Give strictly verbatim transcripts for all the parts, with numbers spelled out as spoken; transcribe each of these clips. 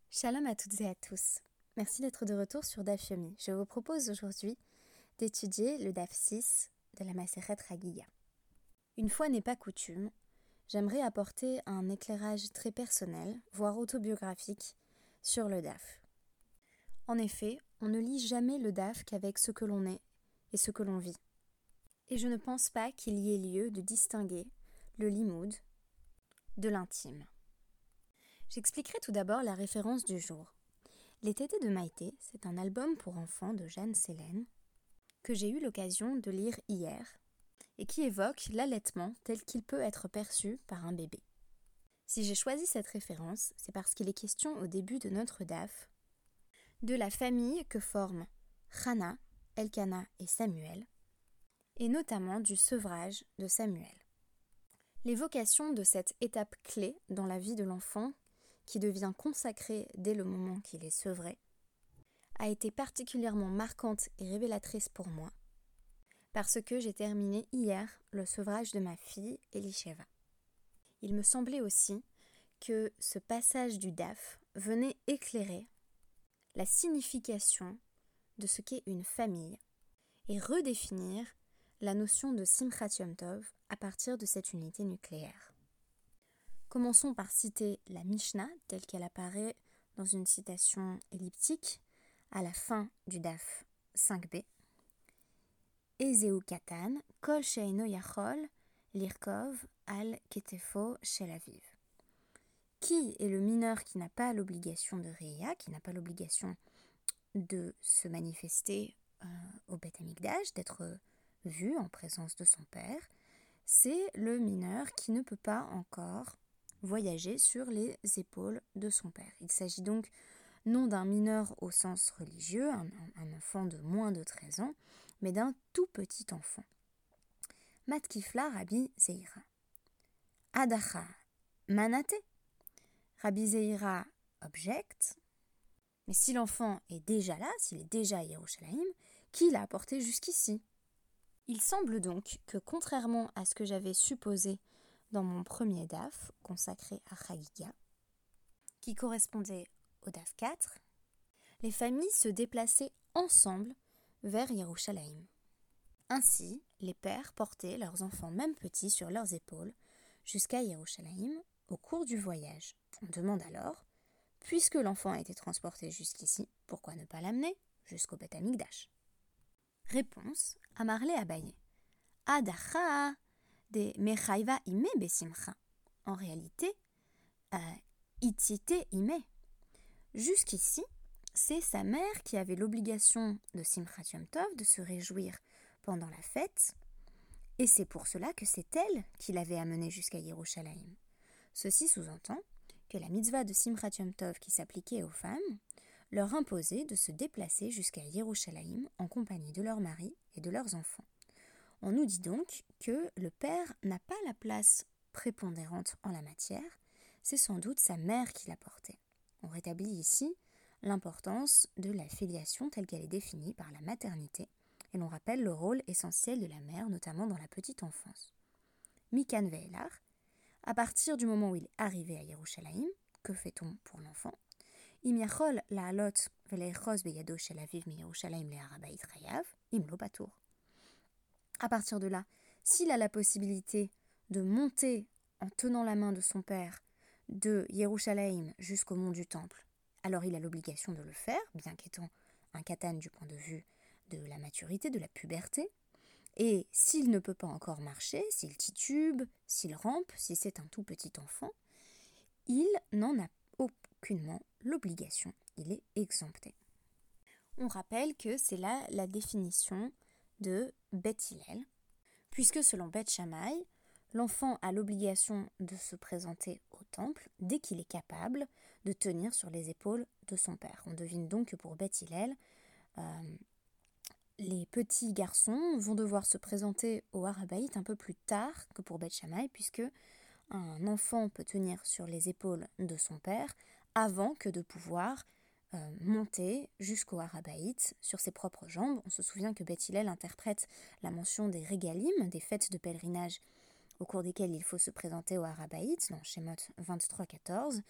Shalom à toutes et à tous. Merci d'être de retour sur Daf Yomi. Je vous propose aujourd'hui d'étudier le Daf six de la Masechet Chagiga. Une fois n'est pas coutume, j'aimerais apporter un éclairage très personnel, voire autobiographique, sur le Daf. En effet, on ne lit jamais le Daf qu'avec ce que l'on est et ce que l'on vit. Et je ne pense pas qu'il y ait lieu de distinguer le limoud de l'intime. J'expliquerai tout d'abord la référence du jour. Les Tétés de Maïté, c'est un album pour enfants de Jeanne Sélène que j'ai eu l'occasion de lire hier et qui évoque l'allaitement tel qu'il peut être perçu par un bébé. Si j'ai choisi cette référence, c'est parce qu'il est question au début de notre Daf de la famille que forment Chana, Elkana et Samuel, et notamment du sevrage de Samuel. L'évocation de cette étape clé dans la vie de l'enfant qui devient consacré dès le moment qu'il est sevré, a été particulièrement marquante et révélatrice pour moi, parce que j'ai terminé hier le sevrage de ma fille Elisheva. Il me semblait aussi que ce passage du Daf venait éclairer la signification de ce qu'est une famille et redéfinir la notion de Simchat Yom Tov à partir de cette unité nucléaire. Commençons par citer la Mishnah telle qu'elle apparaît dans une citation elliptique à la fin du Daf cinq b. Ezeu katan, kol she'eino yachol, lirkov al ketefo shel aviv. Qui est le mineur qui n'a pas l'obligation de Réa, qui n'a pas l'obligation de se manifester euh, au Beth Amikdash, d'être vu en présence de son père? C'est le mineur qui ne peut pas encore voyager sur les épaules de son père. Il s'agit donc non d'un mineur au sens religieux, un, un enfant de moins de treize ans, mais d'un tout petit enfant. Matkifla Rabbi Zeira. Adacha manate. Rabbi Zeira objecte. Mais si l'enfant est déjà là, s'il est déjà à Yerushalayim, qui l'a apporté jusqu'ici? Il semble donc que, contrairement à ce que j'avais supposé dans mon premier Daf, consacré à Chagiga, qui correspondait au Daf quatre, les familles se déplaçaient ensemble vers Yerushalayim. Ainsi, les pères portaient leurs enfants même petits sur leurs épaules jusqu'à Yerushalayim au cours du voyage. On demande alors, puisque l'enfant a été transporté jusqu'ici, pourquoi ne pas l'amener jusqu'au Beth Amikdash? Réponse, Amarle Abaye. Adacha de Mechaiva ime besimcha. En réalité, euh, itite ime. Jusqu'ici, c'est sa mère qui avait l'obligation de Simchat Yom Tov, de se réjouir pendant la fête, et c'est pour cela que c'est elle qui l'avait amené jusqu'à Yerushalayim. Ceci sous-entend que la mitzvah de Simchat Yom Tov qui s'appliquait aux femmes leur imposait de se déplacer jusqu'à Yerushalayim en compagnie de leurs maris et de leurs enfants. On nous dit donc que le père n'a pas la place prépondérante en la matière, c'est sans doute sa mère qui l'a porté. On rétablit ici l'importance de la filiation telle qu'elle est définie par la maternité, et l'on rappelle le rôle essentiel de la mère, notamment dans la petite enfance. Mikan ve'elar, à partir du moment où il est arrivé à Yerushalayim, que fait-on pour l'enfant? Im yachol la'alot ve'leichos beyado shel aviv mi Yerushalayim le'har habayit chayav, im lo patour. À partir de là, s'il a la possibilité de monter en tenant la main de son père de Yerushalayim jusqu'au mont du Temple, alors il a l'obligation de le faire, bien qu'étant un katan du point de vue de la maturité, de la puberté. Et s'il ne peut pas encore marcher, s'il titube, s'il rampe, si c'est un tout petit enfant, il n'en a aucunement l'obligation, il est exempté. On rappelle que c'est là la définition de Beth Hillel, puisque selon Beth Shammai, l'enfant a l'obligation de se présenter au temple dès qu'il est capable de tenir sur les épaules de son père. On devine donc que pour Beth Hillel, euh, les petits garçons vont devoir se présenter au Har Habayit un peu plus tard que pour Beth Shammai, puisque un enfant peut tenir sur les épaules de son père avant que de pouvoir euh, monter jusqu'au Har Habayit sur ses propres jambes. On se souvient que Beth Hillel interprète la mention des régalim, des fêtes de pèlerinage au cours desquelles il faut se présenter au Har Habayit, dans Shemot vingt-trois quatorze,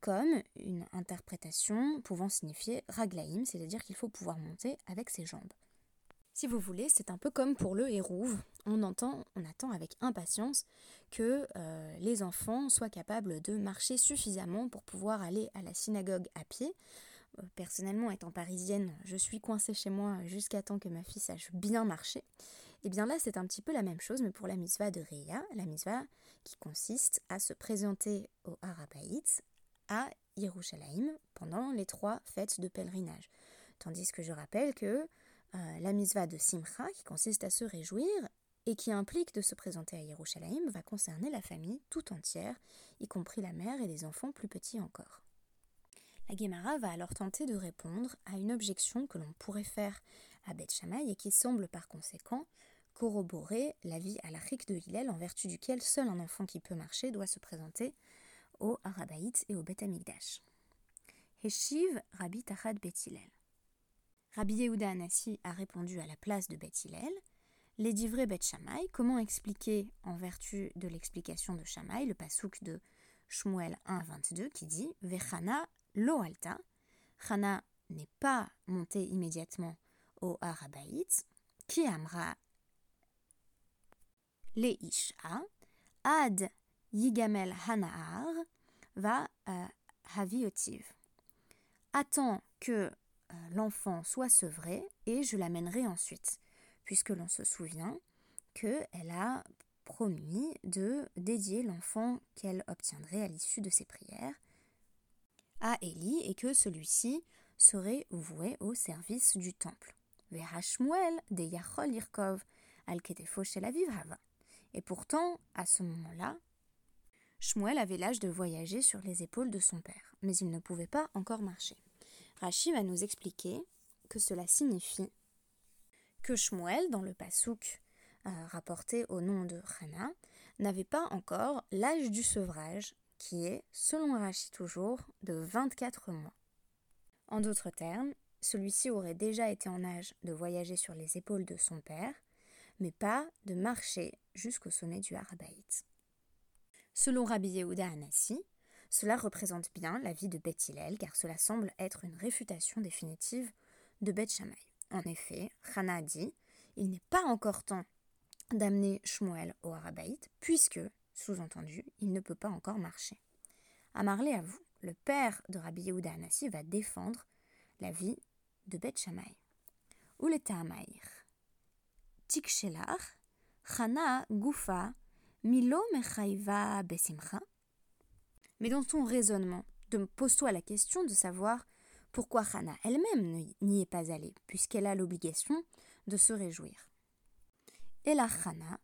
comme une interprétation pouvant signifier raglaïm, c'est-à-dire qu'il faut pouvoir monter avec ses jambes. Si vous voulez, c'est un peu comme pour le hérouve. On, entend, on attend avec impatience que euh, les enfants soient capables de marcher suffisamment pour pouvoir aller à la synagogue à pied. Euh, personnellement, étant parisienne, je suis coincée chez moi jusqu'à temps que ma fille sache bien marcher. Et bien là, c'est un petit peu la même chose, mais pour la mitzvah de Reya, la mitzvah qui consiste à se présenter au Har HaBayit, à Yerushalayim, pendant les trois fêtes de pèlerinage. Tandis que je rappelle que Euh, la mitzvah de Simcha, qui consiste à se réjouir et qui implique de se présenter à Yerushalayim, va concerner la famille tout entière, y compris la mère et les enfants plus petits encore. La Guémara va alors tenter de répondre à une objection que l'on pourrait faire à Beth Shammai et qui semble par conséquent corroborer l'avis halachique de Hillel, en vertu duquel seul un enfant qui peut marcher doit se présenter au Har HaBayit et au Beth Amikdash. Heshiv Rabbi Tachad Beth Hillel. Rabbi Yehuda Hanassi a répondu à la place de Beth Hillel. Les divrei Beth Shammai, comment expliquer en vertu de l'explication de Shammai, le pasouk de Shmuel un vingt-deux qui dit « Vechana lo alta » Chana n'est pas montée immédiatement au Har HaBayit, qui amra le isha ad yigamel hanahar va euh, haviotiv. Attends que l'enfant soit sevré et je l'amènerai ensuite, puisque l'on se souvient qu'elle a promis de dédier l'enfant qu'elle obtiendrait à l'issue de ses prières à Élie et que celui-ci serait voué au service du temple. Vera Shmuel de Yachol Irkov al Ketefo shel Aviv Hava. Et pourtant, à ce moment-là, Shmuel avait l'âge de voyager sur les épaules de son père, mais il ne pouvait pas encore marcher. Rashi va nous expliquer que cela signifie que Shmuel, dans le pasouk euh, rapporté au nom de Chana, n'avait pas encore l'âge du sevrage, qui est, selon Rashi toujours, de vingt-quatre mois. En d'autres termes, celui-ci aurait déjà été en âge de voyager sur les épaules de son père, mais pas de marcher jusqu'au sommet du Har HaBayit. Selon Rabbi Yehuda Hanassi, cela représente bien l'avis de Beth Hillel, car cela semble être une réfutation définitive de Beth Shammai. En effet, Chana a dit « Il n'est pas encore temps d'amener Shmuel au Har HaBayit, puisque, sous-entendu, il ne peut pas encore marcher. » Amarlé à vous, le père de Rabbi Yehuda Hanassi va défendre l'avis de Beth Shammai. Ou le Ta'amaïr. Tikshelar, Chana Gufa, Milo Mechaiva Besimcha. Mais dans ton raisonnement, pose-toi la question de savoir pourquoi Chana elle-même n'y est pas allée, puisqu'elle a l'obligation de se réjouir. Et la Chana,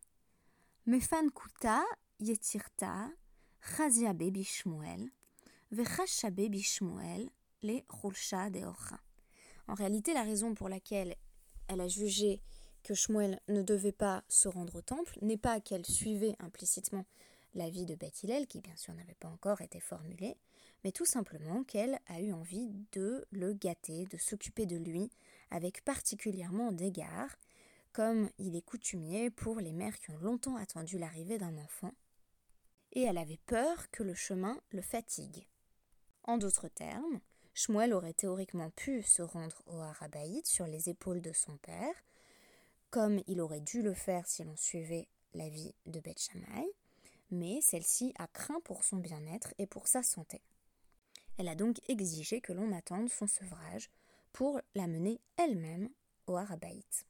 Mefan Kuta Yetirta, Chazia Bebi Shmuel, Vechasha Bebi Shmuel, les Chulsha de Orcha. En réalité, la raison pour laquelle elle a jugé que Shmuel ne devait pas se rendre au temple n'est pas qu'elle suivait implicitement l'avis de Beth Hillel, qui bien sûr n'avait pas encore été formulé, mais tout simplement qu'elle a eu envie de le gâter, de s'occuper de lui, avec particulièrement d'égard, comme il est coutumier pour les mères qui ont longtemps attendu l'arrivée d'un enfant, et elle avait peur que le chemin le fatigue. En d'autres termes, Shmuel aurait théoriquement pu se rendre au Har HaBayit sur les épaules de son père, comme il aurait dû le faire si l'on suivait l'avis de Beth Shammai, mais celle-ci a craint pour son bien-être et pour sa santé. Elle a donc exigé que l'on attende son sevrage pour la mener elle-même au Har HaBayit.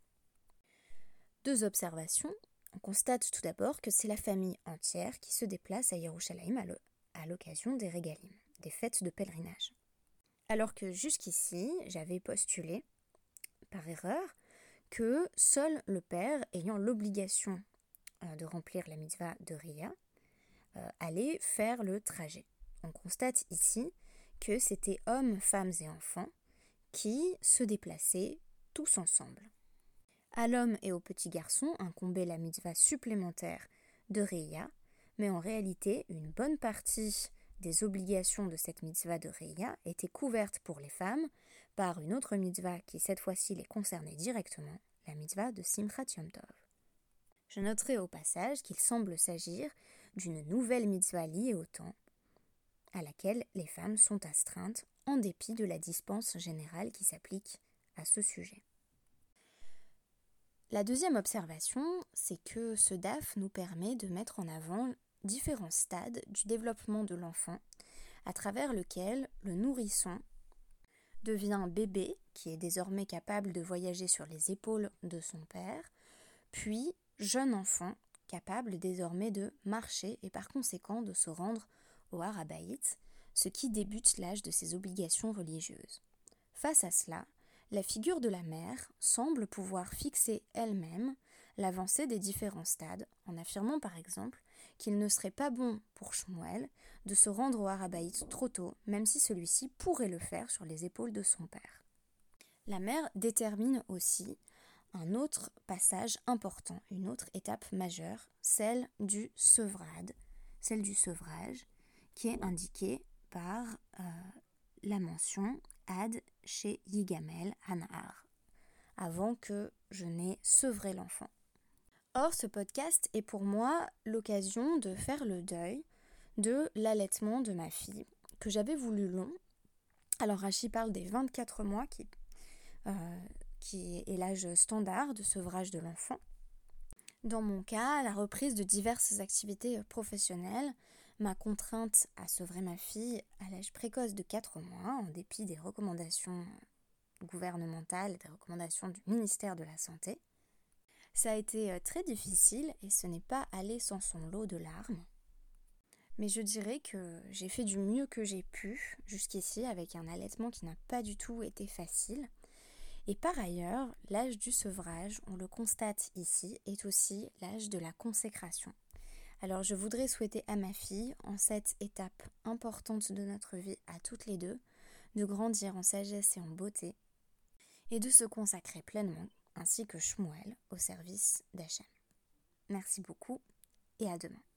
Deux observations. On constate tout d'abord que c'est la famille entière qui se déplace à Yerushalayim à l'occasion des régalim, des fêtes de pèlerinage. Alors que jusqu'ici, j'avais postulé, par erreur, que seul le père, ayant l'obligation euh, de remplir la mitzvah de Reya, euh, allait faire le trajet. On constate ici que c'était hommes, femmes et enfants qui se déplaçaient tous ensemble. À l'homme et au petit garçon incombait la mitzvah supplémentaire de Reya, mais en réalité, une bonne partie des obligations de cette mitzvah de Reya étaient couvertes pour les femmes par une autre mitzvah qui cette fois-ci les concernait directement, la mitzvah de Simchat Yom Tov. Je noterai au passage qu'il semble s'agir d'une nouvelle mitzvah liée au temps, à laquelle les femmes sont astreintes en dépit de la dispense générale qui s'applique à ce sujet. La deuxième observation, c'est que ce D A F nous permet de mettre en avant différents stades du développement de l'enfant à travers lequel le nourrisson devient bébé, qui est désormais capable de voyager sur les épaules de son père, puis jeune enfant, capable désormais de marcher et par conséquent de se rendre au Harabaït, ce qui débute l'âge de ses obligations religieuses. Face à cela, la figure de la mère semble pouvoir fixer elle-même l'avancée des différents stades, en affirmant par exemple qu'il ne serait pas bon pour Shmuel de se rendre au Harabaït trop tôt, même si celui-ci pourrait le faire sur les épaules de son père. La mère détermine aussi un autre passage important, une autre étape majeure, celle du sevrade, celle du sevrage, qui est indiquée par euh, la mention Ad chez Yigamel Hanahar, avant que je n'ai sevré l'enfant. Or, ce podcast est pour moi l'occasion de faire le deuil de l'allaitement de ma fille, que j'avais voulu long. Alors, Rachi parle des vingt-quatre mois, qui, euh, qui est l'âge standard de sevrage de l'enfant. Dans mon cas, la reprise de diverses activités professionnelles m'a contrainte à sevrer ma fille à l'âge précoce de quatre mois, en dépit des recommandations gouvernementales, des recommandations du ministère de la Santé. Ça a été très difficile et ce n'est pas allé sans son lot de larmes. Mais je dirais que j'ai fait du mieux que j'ai pu jusqu'ici avec un allaitement qui n'a pas du tout été facile. Et par ailleurs, l'âge du sevrage, on le constate ici, est aussi l'âge de la consécration. Alors je voudrais souhaiter à ma fille, en cette étape importante de notre vie à toutes les deux, de grandir en sagesse et en beauté, et de se consacrer pleinement, ainsi que Shmuel, au service d'Hachem. Merci beaucoup et à demain.